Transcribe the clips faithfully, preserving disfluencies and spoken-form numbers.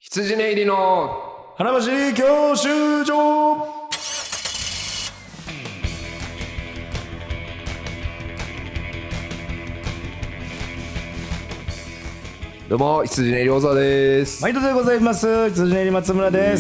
羊ね入りの花橋教習所。 どうも羊ね入り小沢です。 毎度でございます。羊ね入り松村です。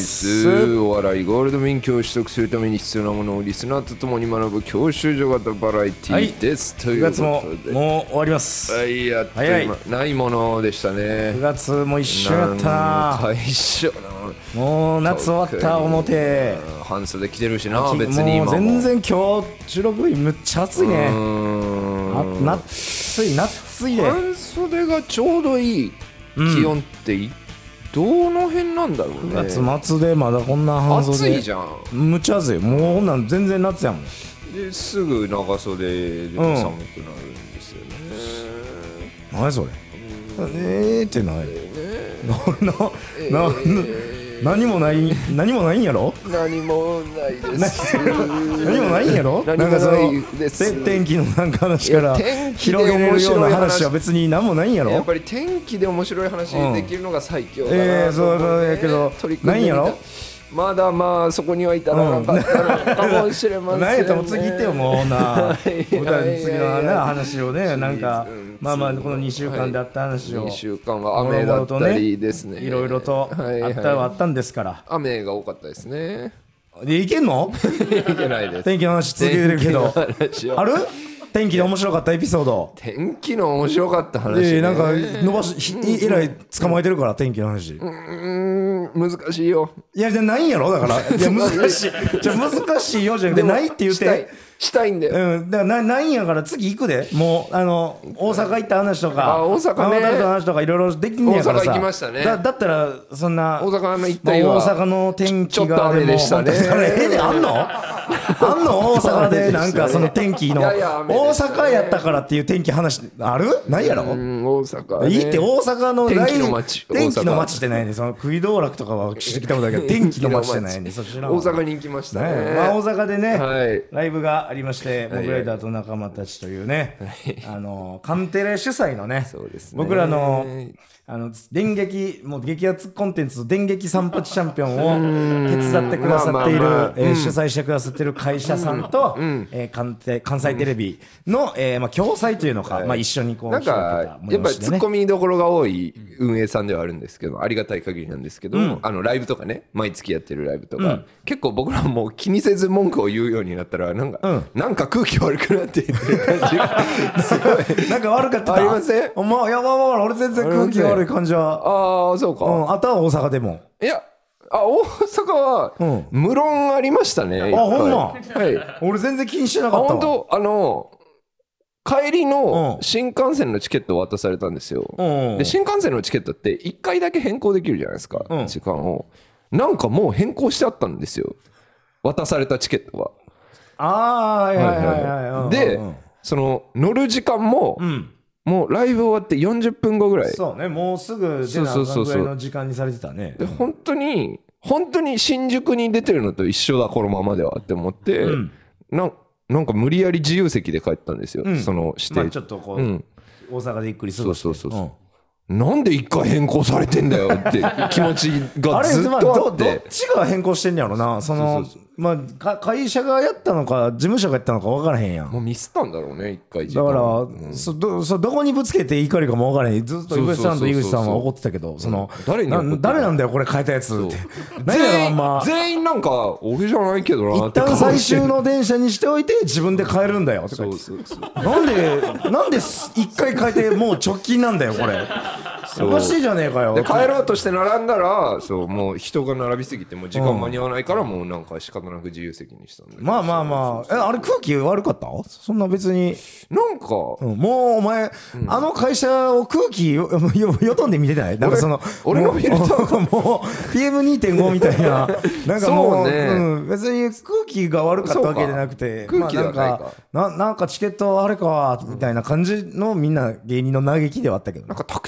お笑いゴールド免許を取得するために必要なものをリスナーと共に学ぶ教習所型バラエティです、はい、ということでくがつももう終わります。 はいやっと今ないものでしたね。 くがつも一緒やったな。 な一緒だな。もう夏終わった表半袖着てるしな。別に今もも全然今日収録日むっちゃ暑いね。あ夏い夏いで半袖がちょうどいい気温って、うん、どの辺なんだろうね。 くがつ末でまだこんな半袖暑いじゃん。 むっちゃ暑い。もうこんなん全然夏やもん。 ですぐ長袖でも寒くなるんですよね、 うん、何それえーってない、えー、なな、えー、な、えー、何もない何もないんやろ。 何もないです何もないんやろ。 何もないです。 天気のなんか話から広げれるような話は別に何もないんやろ。 やっぱり天気で面白い話できるのが最強だな、 うん、えー、そうそうやけどないんやろ。 まだまあそこには至らなかったのかもしれませんね。 何やったら次行ってよもうな次の、ね、話をねなんかまあまあこのにしゅうかんであった話を、 はい、にしゅうかんは雨だったりですね、 いろいろとあったはあったんですから、 雨が多かったですね。 でいけんのいけないです。 天気の話続けてるけどある天気で面白かったエピソード。 天気の面白かった話、ね、 えー、なんか伸ばしえらい捕まえてるから天気の話。 うーん難しいよ。 いやじゃないんやろだからいや難しいじゃ難しいよじゃなくてないって言ってしたいしたいんだよ、 うん、だからなないんやから次行くで。もうあの大阪行った話とかあ大阪ねの話とかいろいろできんねやからさ。 大阪行きましたね。 だ, だったらそんな大阪の行った日は大阪の天気がちょっと雨でしたね。 えであんのあんの大阪でなんかその天気のいやいや、ね、大阪やったからっていう天気話あるないやろ。 うん大阪、ね、 いいって大阪の天気の街天気の街ってないね。その食い道楽とかは聞いたことだけど天気の街ってないね。そちら大阪に行きましたね、 ねまあ、大阪でね、はい、ライブがありまして、 はい、 モグライダーと仲間たちというね、はい、あのカンテレ主催のね、 そうですね僕らのあの電撃もう激アツコンテンツ電撃三八チャンピオンを手伝ってくださっている、まあまあまあえー、主催してくださっている会社さんと、うんえー、関, 関西テレビの、えーまあ、共催というのか、はいまあ、一緒にこうなんかやっぱりツッコミどころが多い運営さんではあるんですけど、ありがたい限りなんですけど、うん、あのライブとかね毎月やってるライブとか、うん、結構僕らも気にせず文句を言うようになったらなんか、うん、なんか空気悪くなっていってる感じがすごいなんか悪かったありません？ お前いやまあまあ俺全然空気が悪い感じはああそうか、うん、 あとは大阪でもいやあ大阪は、うん、無論ありましたね。 あほんま、 はい、 俺全然気にしてなかったわ。 本当あの帰りの新幹線のチケットを渡されたんですよ、うん、で新幹線のチケットっていっかいだけ変更できるじゃないですか、うん、時間をなんかもう変更してあったんですよ渡されたチケットは。 ああはいはいはいはいでその乗る時間も、うんもうライブ終わってよんじゅっぷんごぐらい。 そうねもうすぐ出なあかんぐらいの時間にされてたね。 で本当に本当に新宿に出てるのと一緒だこのままではって思って、うん、な, なんか無理やり自由席で帰ったんですよ、うん、その指定、 まあ、ちょっとこう、うん、大阪でゆっくり過ごしてそうそうそうそう、うん、なんで一回変更されてんだよって気持ちがずっとあってど, どっちが変更してんやろなそのそうそうそうまあ、会社がやったのか事務所がやったのか分からへんやん。 もうミスったんだろうね一回だから、うん、そ ど, そどこにぶつけて怒りかも分からへん。ずっと井口さんと井口さんは怒ってたけどその、うん、誰にな誰なんだよこれ変えたやつって何やろあんま全員なんか俺じゃないけどなって一旦最終の電車にしておいて自分で変えるんだよってそうそうそうなんでなんで一回変えてもう直近なんだよこれおかしいじゃねえかよ。 で帰ろうとして並んだらそうもう人が並びすぎてもう時間間に合わないからもうなんか仕方なく自由席にしたんだけどまあまあまあえあれ空気悪かったそんな別になんか、 うん、もうお前、うん、あの会社を空気よよよとんで見てないなんかその俺のフィルターもう ピーエムにてんご みたいななんかもう、ねうん、別に空気が悪かったわけじゃなくて空気ではないか、 まあ、な, なんかチケットあれかみたいな感じのみんな芸人の嘆きではあったけど、ね、 なんかタクシーチケッ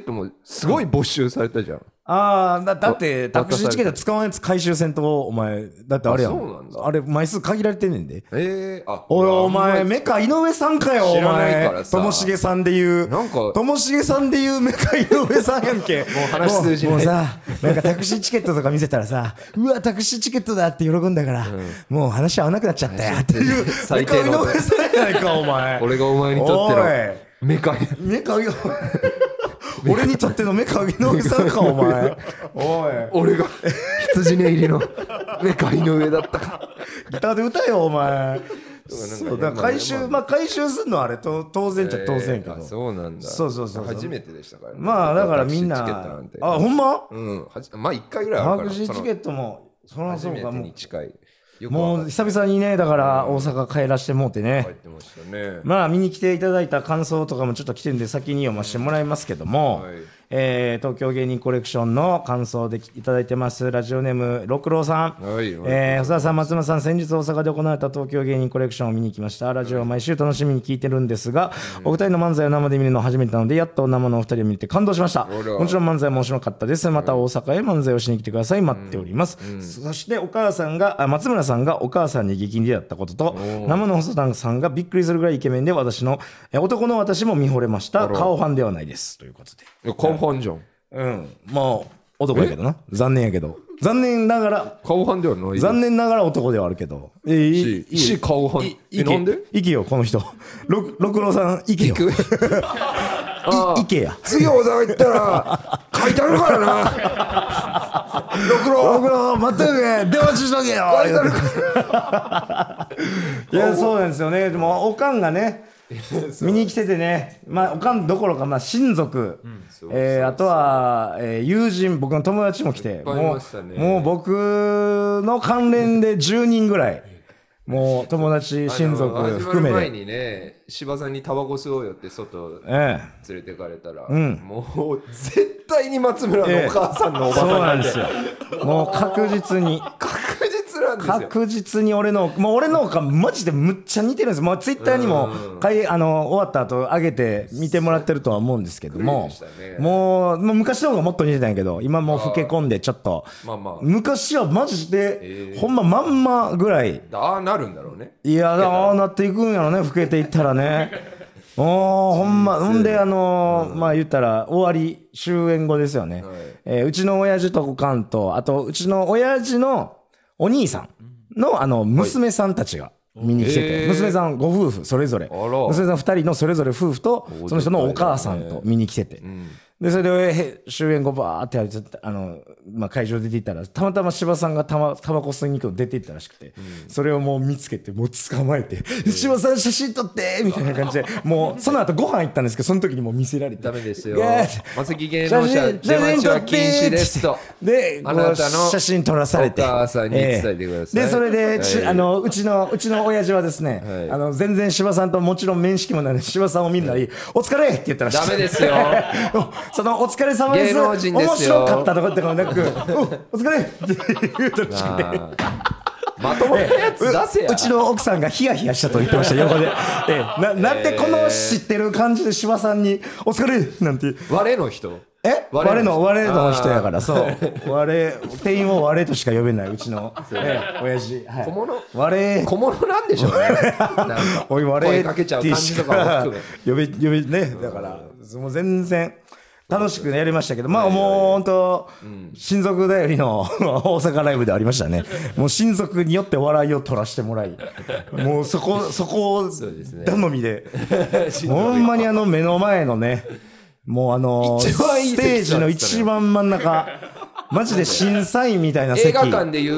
トもすごい没収されたじゃん。 ああ、だ, だってタクシーチケット使わんやつ回収せんと、お前、だってあれやん。 そうなんだ。 あれ枚数限られてんねんで。 えー、あ、 おいお前、メカ井上さんかよ、お前。ともしげさんで言う。 なんか、 ともしげさんで言うメカ井上さんやんけ。 もう話通じない。 もうさ、なんかタクシーチケットとか見せたらさ、うわ、タクシーチケットだって喜んだから、うん、もう話合わなくなっちゃったよっていう。メカ井上さんやないか、お前。 俺がお前にとってのメカ井メカ井上。俺にとってのメカ井上さんか、お前。おい。 俺が羊寝入りのメカ井上だったか。 ギターで歌えよ、お前。そうだから回収、まあ回収するのはあれと当然っちゃ当然やけど、 そうなんだ。 そうそうそう、 初めてでしたからね。 まあだからみんな、あ、ほんま？ うん、まあいっかいぐらいあるから。 タクシーチケットもそらそうか、もう近い。 もう久々にね、だから大阪帰らしてもうてね、 帰ってましたね。 まあ見に来ていただいた感想とかもちょっと来てるんで先に読ませてもらいますけども、はい、えー、東京芸人コレクションの感想でいただいてます。ラジオネーム六郎さん、はい、えー、細田さん、松村さん、先日大阪で行われた東京芸人コレクションを見に来ました。ラジオは毎週楽しみに聞いてるんですが、うん、お二人の漫才を生で見るの初めてなのでやっと生のお二人を見て感動しました。もちろん漫才も面白かったです。また大阪へ漫才をしに来てください。待っております、うんうん、そしてお母さんがあ松村さんがお母さんに激似だったことと、生の細田さんがびっくりするぐらいイケメンで、私のえ男の私も見惚れました。顔ファンではないですということで。 いや顔ファンじゃん。 うん、もう男やけどな。残念やけど、残念ながら顔ファンではない。 残念ながら男ではあるけど、 えー、いいし顔ファン。え、なんで？ いけよこの人。六郎さんいけよ。いけや。 次大阪行ったら書いてあるからな。六郎六郎待ってね、電話しとけよ。書いてあるから。いやそうなんですよね。でもおかんがね見に来ててね、まあおかんどころかまあ親族、うん、えー、あとは、えー、友人、僕の友達も来て、もう、もう僕の関連でじゅうにんぐらい。もう友達親族含めて前にね、柴さんにタバコ吸おうよって外連れてかれたら、ええ、うん、もう絶対に松村のお母さんのおばさんなんで、ええ、そうなんですよ。 もう確実に確実なんですよ。 確実に俺のもう俺のおかんマジでむっちゃ似てるんです。もうツイッターにもかいあの終わった後上げて見てもらってるとは思うんですけども、ね、もうもう昔の方がもっと似てたんやけど、今もう老け込んでちょっと、まあまあ、昔はマジで、えー、ほんままんまぐらい。 ああなるんだろうね。 いやああなっていくんやろね、老けていったらね。おーほんまほんであのーうん、まあ言ったら終わり終演後ですよね、はい、えー、うちの親父とおかんとあとうちの親父のお兄さんのあの娘さんたちが見に来てて、はい、娘さんご夫婦それぞれ、娘さんふたりのそれぞれ夫婦とその人のお母さんと見に来てて、うん、でそれで終演後バーってやるとあの、まあ、会場出ていったらたまたま柴さんがたまタバコ吸いに行くの出ていったらしくて、うん、それをもう見つけてもう捕まえて、うん、柴さん写真撮ってみたいな感じでもうその後ご飯行ったんですけどその時にもう見せられてダメですよマセキ芸能者出待ちは禁止ですとであなたの写真撮らされてお母さんに伝えてください、 えー、でそれで、はい、あのうちのうちの親父はですね、はい、あの全然柴さんともちろん面識もないので柴さんを見るなり、はい、お疲れって言ったらダメですよそのお疲れ様です芸能人ですよ面白かったとかってのなくお疲れって言うとしくてまともなやつ出せやう, うちの奥さんがヒヤヒヤしたと言ってました横で、えな, なんでこの知ってる感じで柴さんにお疲れなんて我の人え我の我の人やからそう我店員を我としか呼べないうちの、ええ、親父、はい、 小物我小物なんでしょうねなんかおい我声かけちゃう感じとかも呼べ呼べねだからもう全然楽しくやりましたけど、まあもう本当親族頼りの大阪ライブでありましたね。もう親族によって笑いを取らせてもらい、もうそこそこを頼みで、ほんまにあの目の前のね、もうあのステージの一番真ん中、マジで審査員みたいな席。 映画館でいう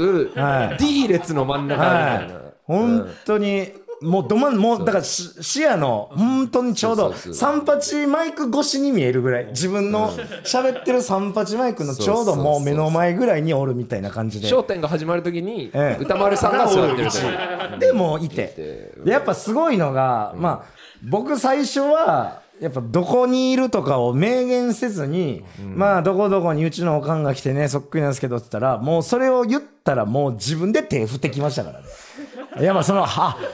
D 列の真ん中みたいな。 本当に。もうど真んもうだから視野の本当にちょうど三八マイク越しに見えるぐらい自分の喋ってる三八マイクのちょうどもう目の前ぐらいにおるみたいな感じで笑点が始まる時に歌丸さんが座ってるとでもいてでやっぱすごいのがまあ僕最初はやっぱどこにいるとかを明言せずに、うん、まあどこどこにうちのおかんが来てねそっくりなんですけどって言ったらもうそれを言ったらもう自分で手振ってきましたからね。いやまあそのは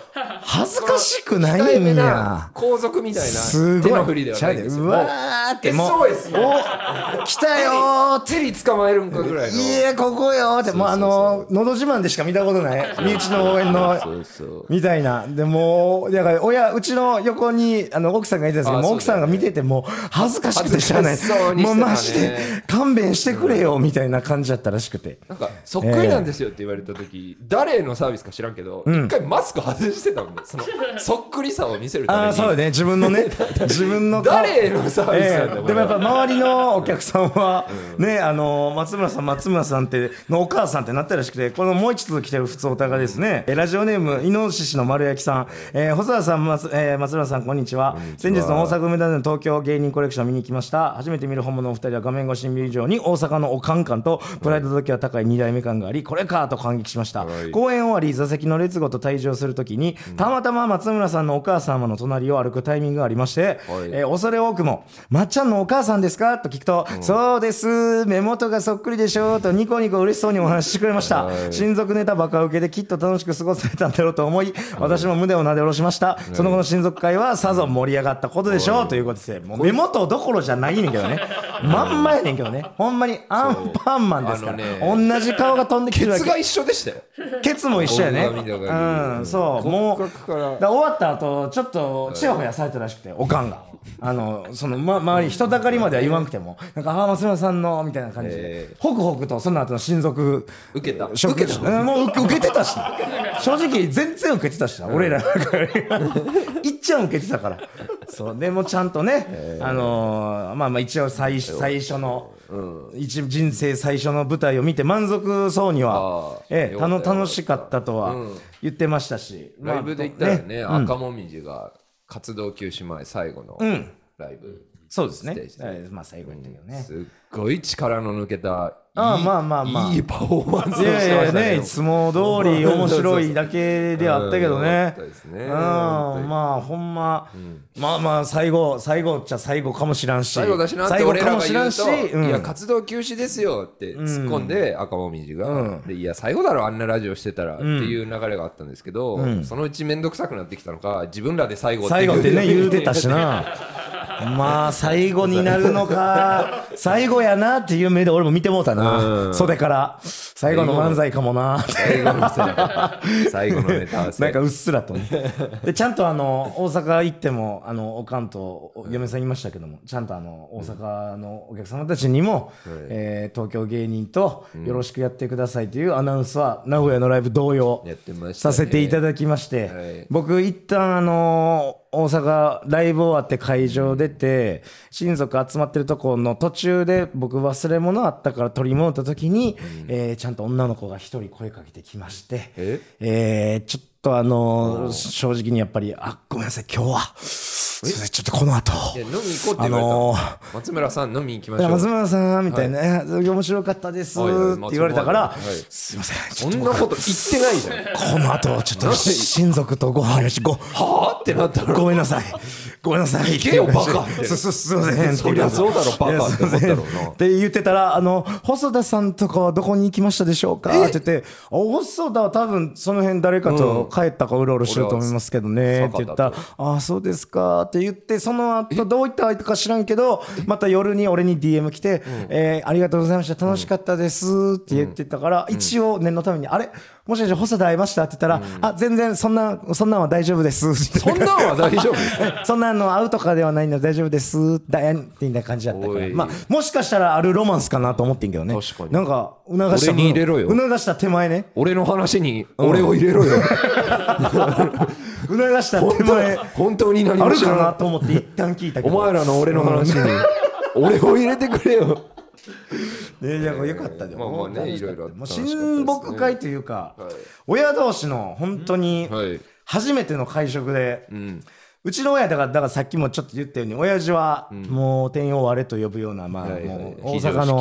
恥ずかしくないんや。 皇族みたいな手の振りではないんですよ。 うわーってもうエスオーエス もお来たよーって手に捕まえるんかぐらいの。 いやここよーってもうあののど自慢でしか見たことない身内の応援のそうそうみたいな。でもだから親うちの横にあの奥さんがいたんですけど、もう奥さんが見てても恥ずかしくてしゃあない、もうマジで勘弁してくれよみたいな感じだったらしくて、 なんかそっくりなんですよって言われた時、誰のサービスか知らんけど一回マスク外してたもんね、そのそっくりさを見せるために。 ああそうね、自分のね自分の誰のサービスなんだ、 えー、でもやっぱ周りのお客さんは、うん、ねあの松村さん松村さんってのお母さんってなったらしくて、このもう一つ来てる普通おたがですね、ラジオネームイノシシの丸焼きさん、えー、細田さん 松,、えー、松村さんこんにちは。先日の大阪梅田での東京芸人コレクション見に行きました。初めて見る本物のお二人は画面越しに見る以上に大阪のおかん感とプライド度胸高いに代目感があり、これかと感激しました、はい、公演終わり座席の列ごと退場するときに、うん、たまたま松村さんのお母様の隣を歩くタイミングがありまして、はい、えー、恐れ多くもまっちゃんのお母さんですかと聞くと、うん、そうです目元がそっくりでしょとニコニコ嬉しそうにお話ししてくれました、はい、親族ネタバカ受けできっと楽しく過ごされたんだろうと思い、私も胸をなで下ろしました、はい、その後の親族会はさぞ盛り上がったことでしょう、はい、ということで、もう目元どころじゃないねんけどねまんまやねんけどね、ほんまにアンパンマンですから、ね、同じ顔が飛んできてるわけ。 ケツが一緒でしたよ。 ケツも一緒やね。うん、そうもうだ終わった後ちょっとチヤホヤされたらしくて、おかんがあのその、ま、周り人だかりまでは言わんくても、なんかあ松村さんのみたいな感じでホクホクとその後の親族受けた受けたもう受けてたし正直全然受けてたしな、俺らいっちゃん受けてたから。そうでもちゃんとね、あのー、まあまあ一応最最初の、うん、一人生最初の舞台を見て満足そうには、ええ、たの楽しかったとは言ってましたし、 うん、ライブで言ったらね、ね、赤もみじが活動休止前最後のライブ、うん、 そうですね、えー、まあ最後にだけどね、 すっごい力の抜けたああまあまあまあいいパフォーマンスをしてまましたね。いやいやね、いつも通り面白いだけであったけどね。うん、まあほんま、うん、まあまあ最後最後っちゃ最後かもしらんし、 最後だしなって俺らが言うと、うん、いや活動休止ですよって突っ込んで、うん、赤もみじが、うん、でいや最後だろあんなラジオしてたらっていう流れがあったんですけど、うん、そのうち面倒くさくなってきたのか、自分らで最後って最後ってね言うてたしな。まあ最後になるのか最後やなっていう目で俺も見てもうたな、うん、袖から最後の漫才かもな最後の最後のネタ合わせなんかうっすらと、ね、でちゃんとあの大阪行ってもあのおかんと嫁さんいましたけども、ちゃんとあの大阪のお客様たちにも、うん、えー、東京芸人とよろしくやってくださいというアナウンスは名古屋のライブ同様させていただきまして、はい、僕一旦あの大阪ライブ終わって会場出て親族集まってるところの途中で僕忘れ物あったから取り戻った時に、うん、えー、ちゃんと女の子が一人声かけてきまして、ええー、ちょっとあのー、正直にやっぱりあごめんなさい今日はちょっとこの後いや飲み行こうって言われた、あのー、松村さん飲み行きましょう、 松村さんみたいな、はい、面白かったですって言われたから、はい、すいませんそんなこと言ってないじゃんこの後ちょっと親族とご飯よしごはぁってなったらごめんなさいごめんなさい行けよバカってすすいませんそりゃそうだろバカって思ったろうなって言ってたら、あの細田さんとかはどこに行きましたでしょうかって言って、細田は多分その辺誰かと帰ったかうろうろしてると思いますけどねって言ったら、ああそうですかって言って、その後どういった相手か知らんけどまた夜に俺に ディーエム 来て、えー、ありがとうございました楽しかったですって言ってたから、一応念のためにあれもしかして細田会いましたって言ったら、あ全然そんなそんなんは大丈夫ですそんなんは大丈夫そんなの会うとかではないので大丈夫ですだやんっていう感じだったから、まあもしかしたらあるロマンスかなと思ってんけどね。 確かになんか促した俺に入れろよ、 促した手前ね、 俺の話に俺を入れろよ、 うん、促した手前本当に何も知らあるかなと思って一旦聞いたけど、 お前らの俺の話に俺を入れてくれよね、じゃあよかったで、 まあまあね、いろいろもう親睦会というか、はい、親同士の本当に初めての会食で、うん、うちの親だから、だからさっきもちょっと言ったように親父はもう天を割れと呼ぶような、まあ、もう大阪の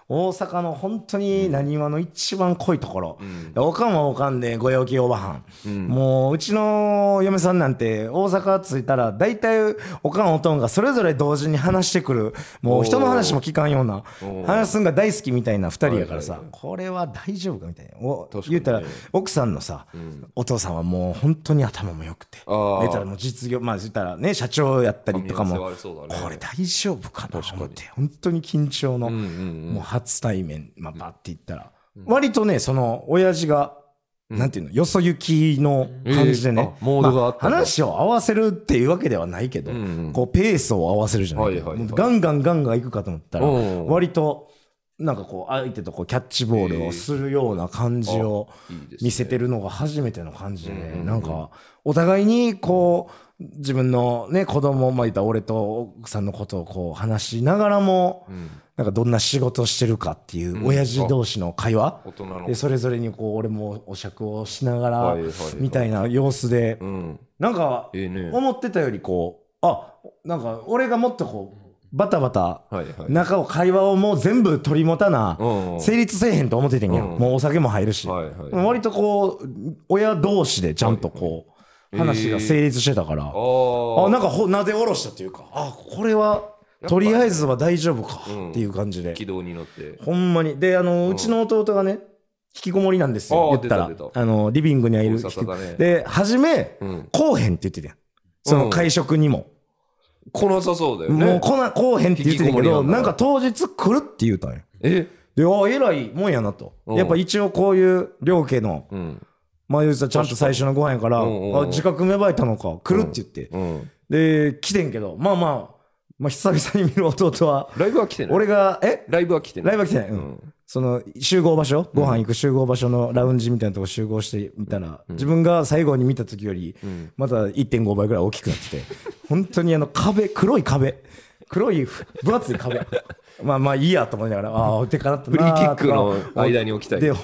大阪の本当になにわの一番濃いところ、うん、おかんはおかんでご陽気おばはん、うん、もううちの嫁さんなんて大阪着いたら大体おかんおとんがそれぞれ同時に話してくる、もう人の話も聞かんような話すんが大好きみたいなふたりやからさ、はいはいはい、これは大丈夫かみたいな、お言ったら奥さんのさ、うん、お父さんはもう本当に頭も良くて、言ったらもう実業、まあ言ったらね社長やったりとかも、ね、これ大丈夫かなと思って本当に緊張の、うんうんうん、もう初対面、まあ、バッて言ったら、うん、割とねその親父が、うん、なんていうのよそ行きの感じでね、 えー、モードがあった、 まあ、話を合わせるっていうわけではないけど、うんうん、こうペースを合わせるじゃないけど、はいはいはい、ガンガンガンガンいくかと思ったら割となんかこう相手とこうキャッチボールをするような感じを見せてるのが初めての感じで、ね、なんかお互いにこう自分のね子供もいた俺と奥さんのことをこう話しながらも、なんかどんな仕事してるかっていう親父同士の会話で、それぞれにこう俺もお酌をしながらみたいな様子で、なんか思ってたよりこう、あなんか俺がもっとこうバタバタ中を会話をもう全部取り持たな成立せえへんと思っててんや、もうお酒も入るし、割とこう親同士でちゃんとこう話が成立してたから、あなんかほなで下ろしたというか、あこれはとりあえずは大丈夫かっていう感じで、 軌道に乗ってほんまにで、あのうちの弟がね引きこもりなんですよ、言ったらあのリビングにはいるで、初めこうへんって言ってたやん、その会食にも来なさそうだよね。 もう来なこうへんって言ってたけど、なんか当日来るって言うたんや。 えで、あ偉いもんやなと。やっぱ一応こういう両家の、うん、まあ言うたらちゃんと最初のご飯やから、あ自覚芽生えたのか来るって言って、うんうん、で来てんけど、まあまあまあ久々に見る弟はライブは来てない。 俺がえライブは来てない。 ライブは来てない。うん。その集合場所、ご飯行く集合場所のラウンジみたいなとこ集合してみたら、自分が最後に見た時よりまた いってんご 倍ぐらい大きくなってて、本当にあの壁、黒い壁、黒い分厚い壁、まあまあいいやと思いながら、ああ置いてかなったなフリーキックの間に置きたい。 で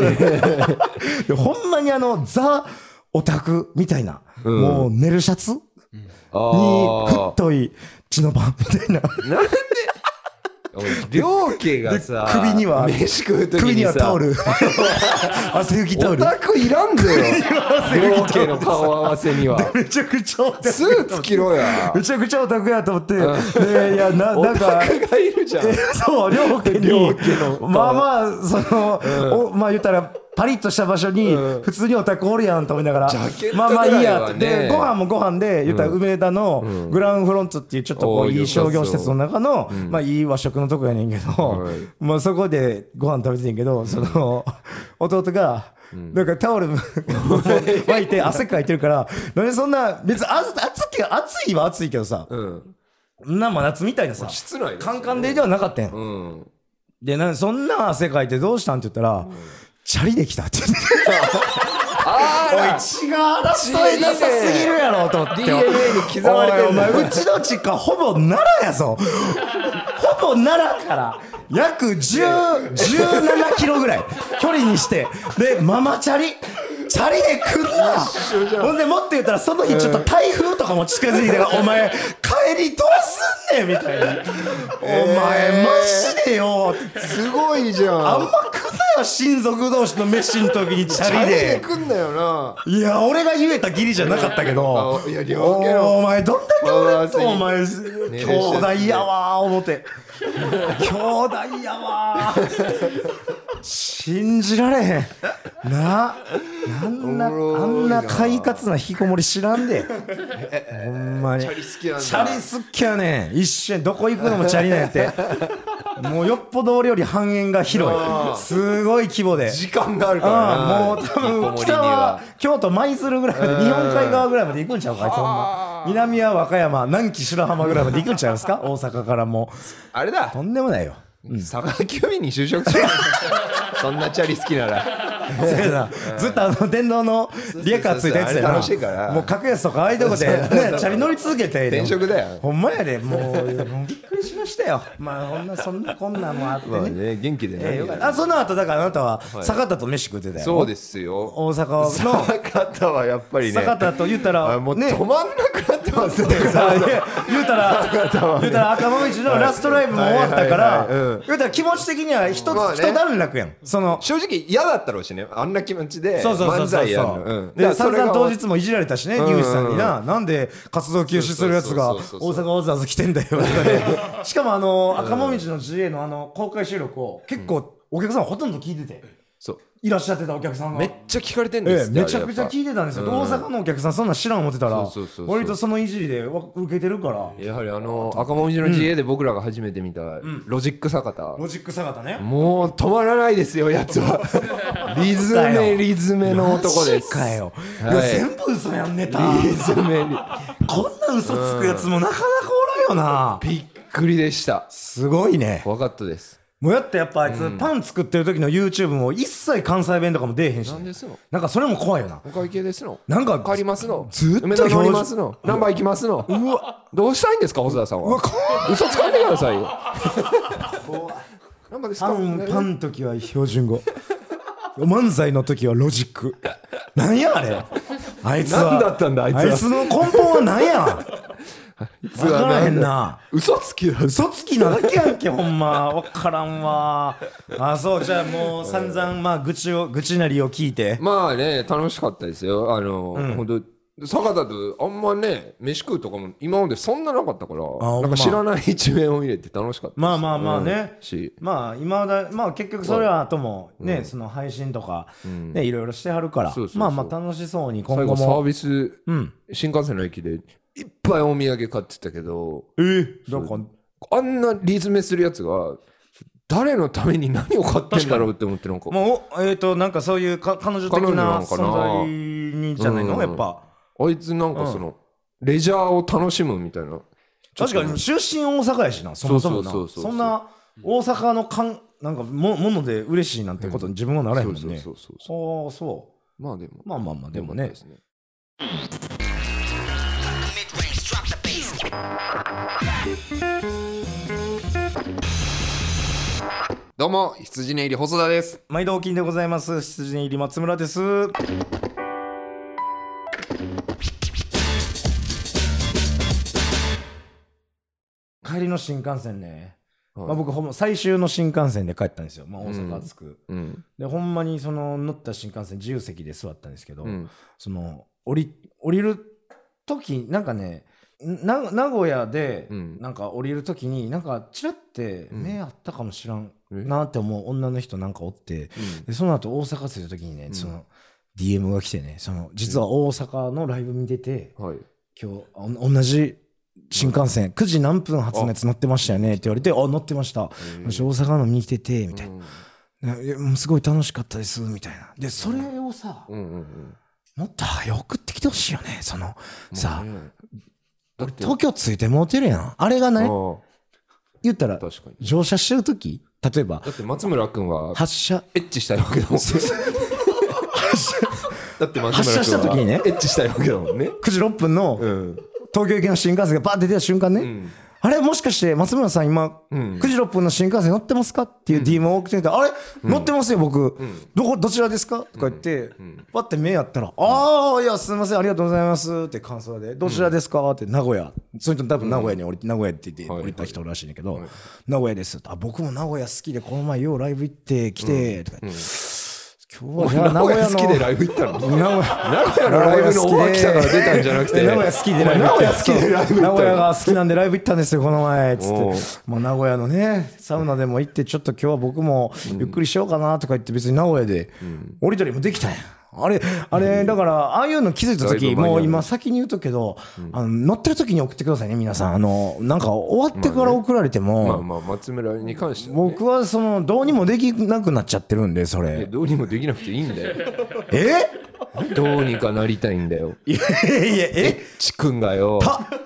ほんまにあのザオタクみたいな、もう寝るシャツに太い血のパンみたいな。 なんで両家がさ首には飯食う時にさ首にはタオル汗拭きタオル、 オタクいらんぜよ両家の顔合わせには。 めちゃくちゃオタクスーツ着ろや。 めちゃくちゃオタクやと思って、でいやななんかオタクがいるじゃん。 そう両家に両家のまあまあその、うん、おまあ言ったらパリッとした場所に普通にオタクおるやんと思いながら、うん、まあまあいいやって、でご飯もご飯で言ったら梅田のグランフロントっていうちょっとこういい商業施設の中のまあいい和食のとこやねんけど、まあそこでご飯食べててんけど、その弟がなんかタオル巻いて汗かいてるから、なんでそんな別に暑いは暑いけどさ、な真夏みたいなさカンカン照りではなかったやん。でなそんな汗かいてどうしたんって言ったら、チャリで来たって言ってあーらおい血が争いなさすぎるやろと思ってディーエヌエー に刻まれてる。 お前うちの実家ほぼ奈良やぞほぼ奈良から約じゅう、じゅうななキロぐらい距離にして、でママチャリチャリで来んな。ほんでもっと言ったらその日ちょっと台風とかも近づいてから、お前帰りどうすんねんみたいな、お前マジでよすごいじゃん。 あんま来んなよ親族同士の飯の時にチャリで。 チャリで来んなよな。 いや俺が言えた義理じゃなかったけどいや両家のお前どんだけ俺とお前兄弟やわ思って兄弟やわ信じられへんな。なんなあんな快活な引きこもり知らんでほんまに。 チャリ好きなんだ。 チャリ好きやねん。一瞬どこ行くのもチャリなんやってもうよっぽど俺より半円が広い、すごい規模で時間があるからな。 もう多分北は京都舞鶴ぐらいまで、日本海側ぐらいまで行くんちゃうかあいつ。ほんま南は和歌山南紀白浜ぐらいまで行くんちゃいますか大阪からもあれだとんでもないよ。 佐川急便に就職しようそんなチャリ好きならずっとあの電動のリアカーついたやつやな。 楽しいからもう格安とかああいうとこでねチャリ乗り続けて転職だよ。 ほんまやでもうびっくりしましたよ。まあほんなそんなこんなんもあってね元気でね。 あその後だからあなたは坂田と飯食ってたよ。 そうですよ。 大阪の坂田はやっぱりね坂田と言ったらもう止まんなくなってますね。 言うたら言うたら赤もみじのラストライブも終わったから言うたら気持ち的には一つ一段落やん。その正直嫌だったろうしね、あんな気持ちで漫才やるの。 で散々当日もいじられたしね、ニュースさんにな、なんで活動休止するやつが大阪わざわざ来てんだよとかね。しかもあの赤もみじの ジーエー のあの公開収録を結構お客さんほとんど聞いてて、 そういらっしゃってたお客さんがめっちゃ聞かれてんですって、 ええ、めちゃくちゃ聞いてたんですよ。大阪のお客さんそんな知らん思ってたら割とそのいじりで受けてるから。 やはりあの赤もみじの ジーエー で僕らが初めて見たロジック坂田、 ロジック坂田ね、 もう止まらないですよやつは。リズメリズメの男です。 マジかよ、いや全部嘘やんネタ。 リズメリこんな嘘つくやつもなかなかおらんよな。 びっくりでした。 すごいね。 怖かったです。 もうやってやっぱあいつ、うん、パン作ってる時の YouTube も一切関西弁とかも出えへんし、 なんですのなんかそれも怖いよな。 お会計ですの、 なんか帰りますの、 ずっと梅田乗りますの、ナンバー行きますの。うわどうしたいんですか細田さんは。嘘つかんでくださいよ。ナンバーですか。 パンパンの時は標準語、漫才の時はロジック。なんやあれ、あいつは何だったんだあいつは。 あいつの根本は何や。分からへんな。 嘘つきだ。 嘘つきなだけやんけほんま。分からんわ。あそうじゃあもう散々まあ愚痴を愚痴なりを聞いて、 まあね楽しかったですよ。あの、うん、本当坂田とあんまね飯食うとかも今までそんななかったから、なんか知らない一面を入れて楽しかったです。 まあまあまあね、 うん、しまあ今だまあ結局それはともね、うん、その配信とか、うん、ねいろいろしてはるから、そうそうそう、まあまあ楽しそうに今後も最後サービス、うん、新幹線の駅でいっぱいお土産買ってたけど、 えー、なんかあんなリズメするやつが誰のために何を買ってんだろうって思って、なんかもうえっ、ー、となんかそういうか彼女的な存在にじゃないの、うん、やっぱあいつなんかその、うん、レジャーを楽しむみたいな。 確かに出身大阪やしな、そもそもな。そんな大阪のかんなんか も, もので嬉しいなんてことに自分はならへんもんね。そうそうそうそう。そう。 まあでもまあまあまあでもね。 どうも羊ね入り細田です。 毎度お金でございます。羊ね入り松村です。帰りの新幹線ね、はい、まあ、僕ほんま最終の新幹線で帰ったんですよ、まあ、大阪着く、うん、でほんまにその乗った新幹線自由席で座ったんですけど、うん、その降り降りる時なんかねな名古屋でなんか降りる時になんかチラって目あったかもしらんなって思う女の人なんかおって、うん、でその後大阪着いた時にね、うん、その ディーエム が来てね、その実は大阪のライブ見てて、うん、今日同じ新幹線くじ何分発のやつ乗ってましたよねって言われて、あ乗ってました、私大阪の見に来ててみたいな、うん、すごい楽しかったですみたいな。でそれをさ、うんうんうん、もっと早送ってきてほしいよね。そのさ、俺東京ついてもうてるやん。あれがね言ったら乗車してる時、例えばだって松村君は発車エッチしたいわけだもん。だって発車した時にねエッチしたいわけだもんね。 くじろっぷんの、うん東京行きの新幹線がバーって出た瞬間ね、うん、あれもしかして松村さん今、うん、くじろっぷんの新幹線乗ってますかっていう ディーエム を送ってみたら、あれ、うん、乗ってますよ僕、うん、どこどちらですかとか言って、うん、パッて目やったら、うん、ああいやすみませんありがとうございますって感想で、どちらですかって名古屋、その人多分名古屋に降りて、名古屋って言って降りた人らしいんだけど、はいはい、名古屋です。あ僕も名古屋好きでこの前ようライブ行って来てとか言って、うん今日は名古屋好きでライブ行ったの。名古屋のライブの大きさから出たんじゃなくて、 名古屋好きでライブ行った。名古屋好きでライブ行った。名古屋が好きなんでライブ行ったんですよこの前つって。もう名古屋のねサウナでも行ってちょっと今日は僕もゆっくりしようかなとか言って別に名古屋で降りたりもできたんや。あれあれだからああいうの気づいた時もう今先に言うとくけど、あの乗ってる時に送ってくださいね皆さん。あのなんか終わってから送られても、 まあまあ松村に関しては僕はそのどうにもできなくなっちゃってるんで、それどうにもできなくていいんだよ。 えどうにかなりたいんだよ。 いやいやえちくんがよた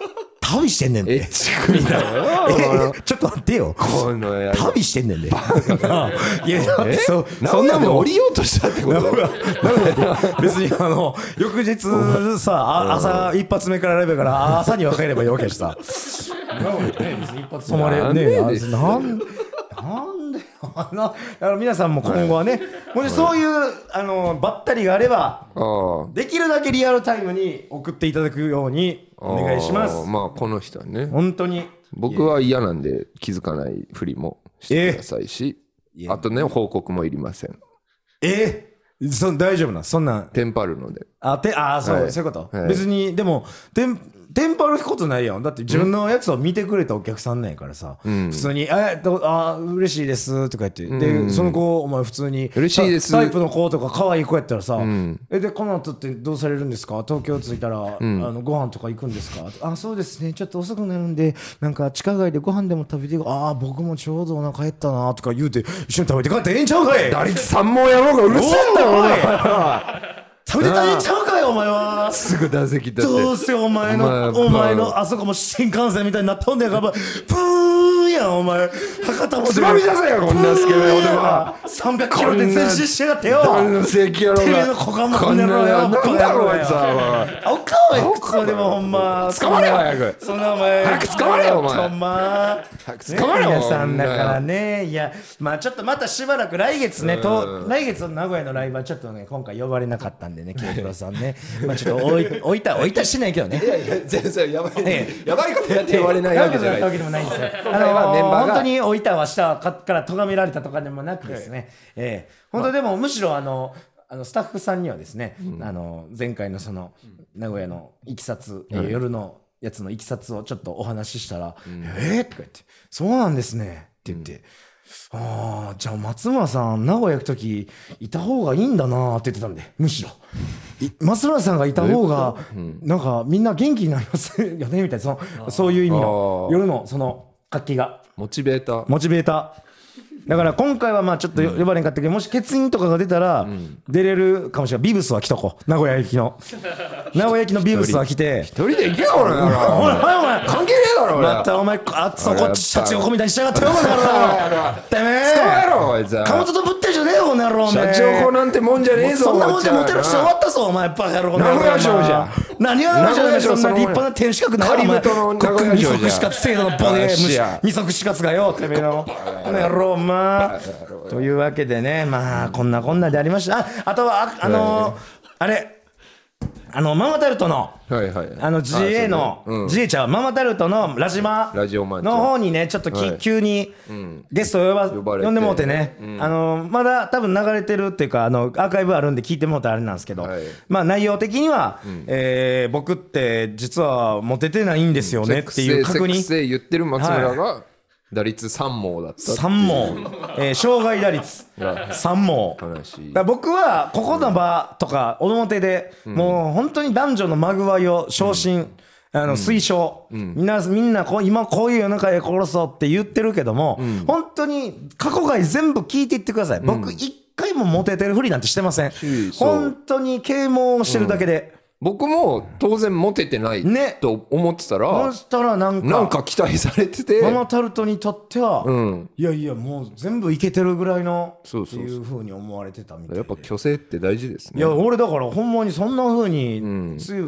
旅してんねんで。 エッチくみたいな。 ちょっと待ってよ。 このや旅してんねんで。いや、だってそそんなもん降りようとしたってこと別にあの、翌日さ、朝一発目からライブやから朝には帰ればいいわけやしさ。一発泊まれね。なんなんであのだから皆さんも今後はね、もしそういうあのばったりがあれば、できるだけリアルタイムに送っていただくようにお願いします。 まあこの人はね、 本当に僕は嫌なんで気づかないふりもしてくださいし、あとね報告もいりません。 えー、そ大丈夫なそんなテンパるので。 あてあそう、はい、そういうこと、はい、別にでもテンテンパることないやん。だって自分のやつを見てくれたお客さんなんやからさ、うん、普通に「えっとあ嬉しいです」とか言って、うん、でその子お前普通に嬉しいですタイプの子とか可愛い子やったらさ「うん、えでこの後ってどうされるんですか？東京着いたら、うん、あのご飯とか行くんですか？」あそうですねちょっと遅くなるんでなんか地下街でご飯でも食べてああ僕もちょうどお腹減ったなとか言うて一緒に食べて帰ったらええんちゃうかい。 打率さんもやろうがうるせえんだよお前。 食べてたんちゃうかよお前は。 すぐ打席立ってどうせお前のお前のあそこも新幹線みたいになっとんねんからプーンやんお前博多もつまみ出せよこんなスケベ俺はさんびゃっキロで前進しやがってよ。 どんな正規やろうがテレビの股間もこんなのよ。 なんだろうあいつは。 あおかおい普通でもほんま捕まれよ早く。 そんなお前早く捕まれよお前。 ほんま早く捕まれよ皆さんだからね。いやまあちょっとまたしばらく来月ねと来月の名古屋のライブはちょっとね今回呼ばれなかったんでね清黒さんねまあちょっと置い置いた置いたしないけどね。 いやいや全然やばいやばいことやって言われないわけじゃない。 わけでもないんですよ。あのメンバーが本当に置いたはしたから咎められたとかでもなくですね。ええ本当でもむしろあのあのスタッフさんにはですね、うん、あの前回のその名古屋のいきさつ、うん、夜のやつのいきさつをちょっとお話ししたら、うん、えー、とか言ってそうなんですねって言って、うん、ああじゃあ松村さん名古屋行く時いた方がいいんだなって言ってたんでむしろ松村さんがいた方がなんかみんな元気になりますよねみたいなそのそういう意味の夜のその活気がモチベーターモチベーターだから今回はまあちょっと呼ばれんかったけど、もし欠員とかが出たら出れるかもしれない。ビブスは来とこう名古屋行きの名古屋行きのビブスは来て一人で行けよ俺ならお前関係ねえだろ俺またお前あっそこっちシャチ横みたいにしやがってよこの野郎てめえ捕まえろおいつカウントとぶってんじゃねえよこの野郎シャチ横なんてもんじゃねえぞそんなもんじゃモテる人終わったぞお前バカ野郎名古屋城じゃ何が名古屋城そんな立派な天守閣ないお前国民二足死活制度のボケ二足死活がよてめえのこの野郎お前というわけでねまあこんなこんなでありました。 あ, あとは あ, あのー、あれあのママタルトの、はいはい、あの ジーエー の、うん、ジーエー ちゃうママタルトのラジマの方にねちょっとき、はい、急にゲストを呼ば呼ばれて呼んでもうてね、うん、あのまだ多分流れてるっていうかあのアーカイブあるんで聞いてもらったらあれなんですけど、はい、まあ内容的には、うんえー、僕って実はモテてないんですよねっていう確認、 セックス言ってる松村が、はい打率さん毛だったさん毛、えー、障害打率さん毛だ僕はここの場とか表で、うん、もう本当に男女のまぐわいを昇進、うんあの推奨、うん、みんなみんなこう今こういう世の中で殺そうって言ってるけども、うん、本当に過去回全部聞いていってください、うん、僕一回もモテてるふりなんてしてません、うん、本当に啓蒙をしてるだけで、うん僕も当然モテてないと思ってたら、 ね、そしたらなんかなんか期待されててママタルトにとっては、うん、いやいやもう全部いけてるぐらいのそうそうそうっていう風に思われてたみたいでやっぱ虚勢って大事ですね。 いや俺だからほんまにそんな風に、うん、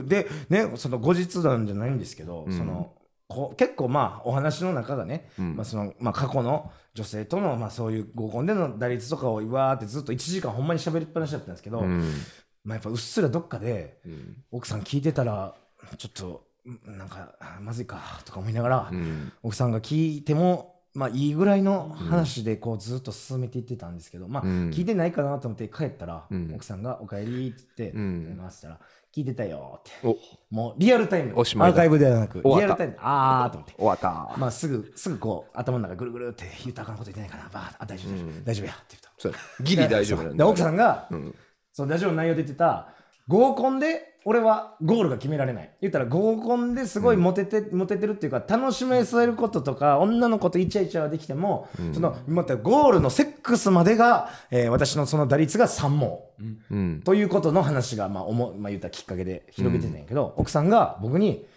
でねその後日談じゃないんですけど、うん、そのこ結構まあお話の中がね、うんまあそのまあ、過去の女性とのまあそういう合コンでの打率とかをわーってずっといちじかんほんまに喋りっぱなしだったんですけど、うんまあ、やっぱうっすらどっかで、うん、奥さん聞いてたらちょっとなんかまずいかとか思いながら、うん、奥さんが聞いてもまあいいぐらいの話でこうずっと進めていってたんですけど、まあ聞いてないかなと思って帰ったら、うん、奥さんがお帰りって言って回したら聞いてたよってもうリアルタイムアーカイブではなくリアルタイムあーと思って終わったまあすぐすぐこう頭の中ぐるぐるって言ったらあかんこと言ってないかなバーあ大丈夫大丈夫、うん、大丈夫やって言ったギリ大丈夫なんで奥さんが、うんそのラジオの内容で言ってた合コンで俺はゴールが決められない言ったら合コンですごいモテて、うん、モテてるっていうか楽しめさせることとか女の子とイチャイチャはできても、うん、そのまたゴールのセックスまでが、えー、私のその打率がさん毛、うん、ということの話がまあおもまあ言ったきっかけで広げてたんやけど、うん、奥さんが僕に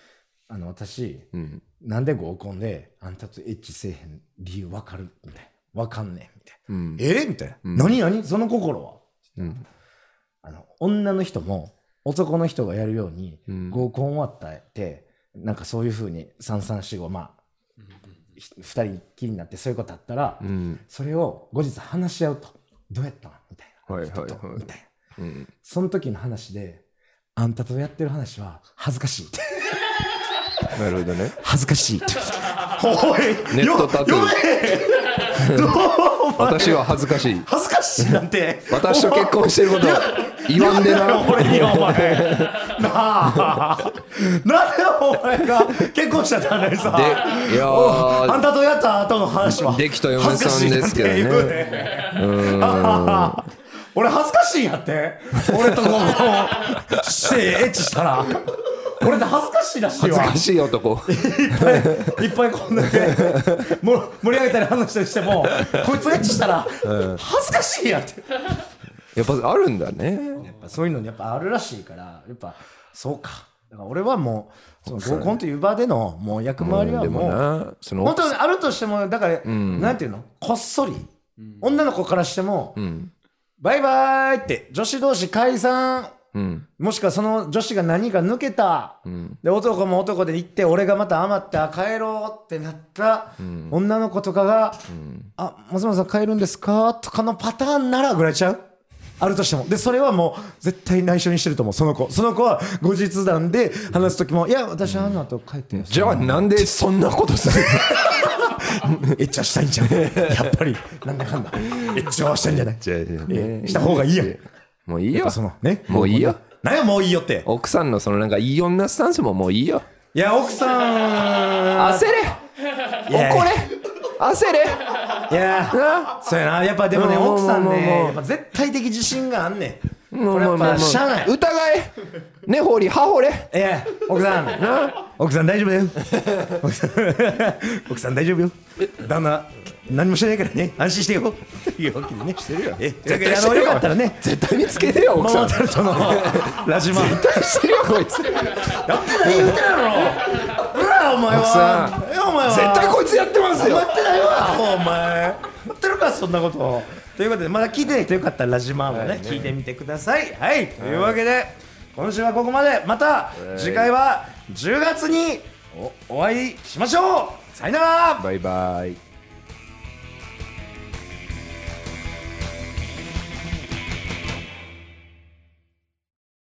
あの私、 うん、 なんで合コンであんたとエッチせえへん理由分かるみたいな、分かんねえみたいな、うん、えー、みたいな、うん、何何その心は、うん、あの女の人も男の人がやるように、うん、合コン終わったってなんかそういう風にさんさんしごまあふたりきりになってそういうことあったら、うん、それを後日話し合うと、どうやったんみたいな、はいはいはい、みたいな、うん、その時の話であんたとやってる話は恥ずかしいってなるほどね、 恥ずかしいっておいネットタトゥー私は恥ずかしい、 恥ずかしいなんて私と結婚してること言わんでな俺にお前なあなんでお前が結婚したって話さで、いやあんたとやった後の話はできた嫁さんですけどね、 うん俺恥ずかしいんやって、俺とこうしてエッチしたら俺って恥ずかしいらしいわ、 恥ずかしい男いっぱいいっぱいこんだけ盛り上げたり話したりしてもこいつエッチしたら恥ずかしいやってやっぱあるんだね、 やっぱそういうのにやっぱあるらしいから、やっぱそうか、だから俺はもうその合コンという場でのもう役回りはもう本当にあるとしても、だからなんていうの、こっそり女の子からしてもバイバイって女子同士解散、うん、もしくはその女子が何か抜けた、うん、で男も男で行って俺がまた余って帰ろうってなった、うん、女の子とかが、うん、あ、松村さん帰るんですかとかのパターンならぐらいちゃう、あるとしても、でそれはもう絶対内緒にしてると思う、その子その子は後日談で話す時も、いや私はあの後帰って、うん、 じゃあなんでそんなことするエッチはしたいんじゃんやっぱりなんだかんだエッチはしたいんじゃない、えした方がいいやん、 もういいよ、 そのね、 もういいよ、 何やもういいよって、 奥さんのそのなんかいい女スタンスももういいよ、 いや奥さん焦れ怒れ焦れ、 いやそうやな、やっぱでもね奥さんねやっぱ絶対的自信があんねん、これやっぱしゃあない、 疑えねほりはほれ、 いや奥さん奥さん大丈夫だよ奥さん奥さん大丈夫よ、旦那何もしてないからね安心してよいいわけでねしてるよ、え絶対してるよ、よかったらね絶対見つけてよ奥さん、 ママタルトのラジマ絶対してるよこいつやってない言うてるやろうらお前は、えお前は絶対こいつやってますよ、 やってないわお前やってるかそんなことということで、まだ聞いてない人よかったらラジマもね、はい、聞いてみてください。はい、というわけで今週はここまで、また次回はじゅうがつに お, お会いしましょう。さよなら、 バイバイ。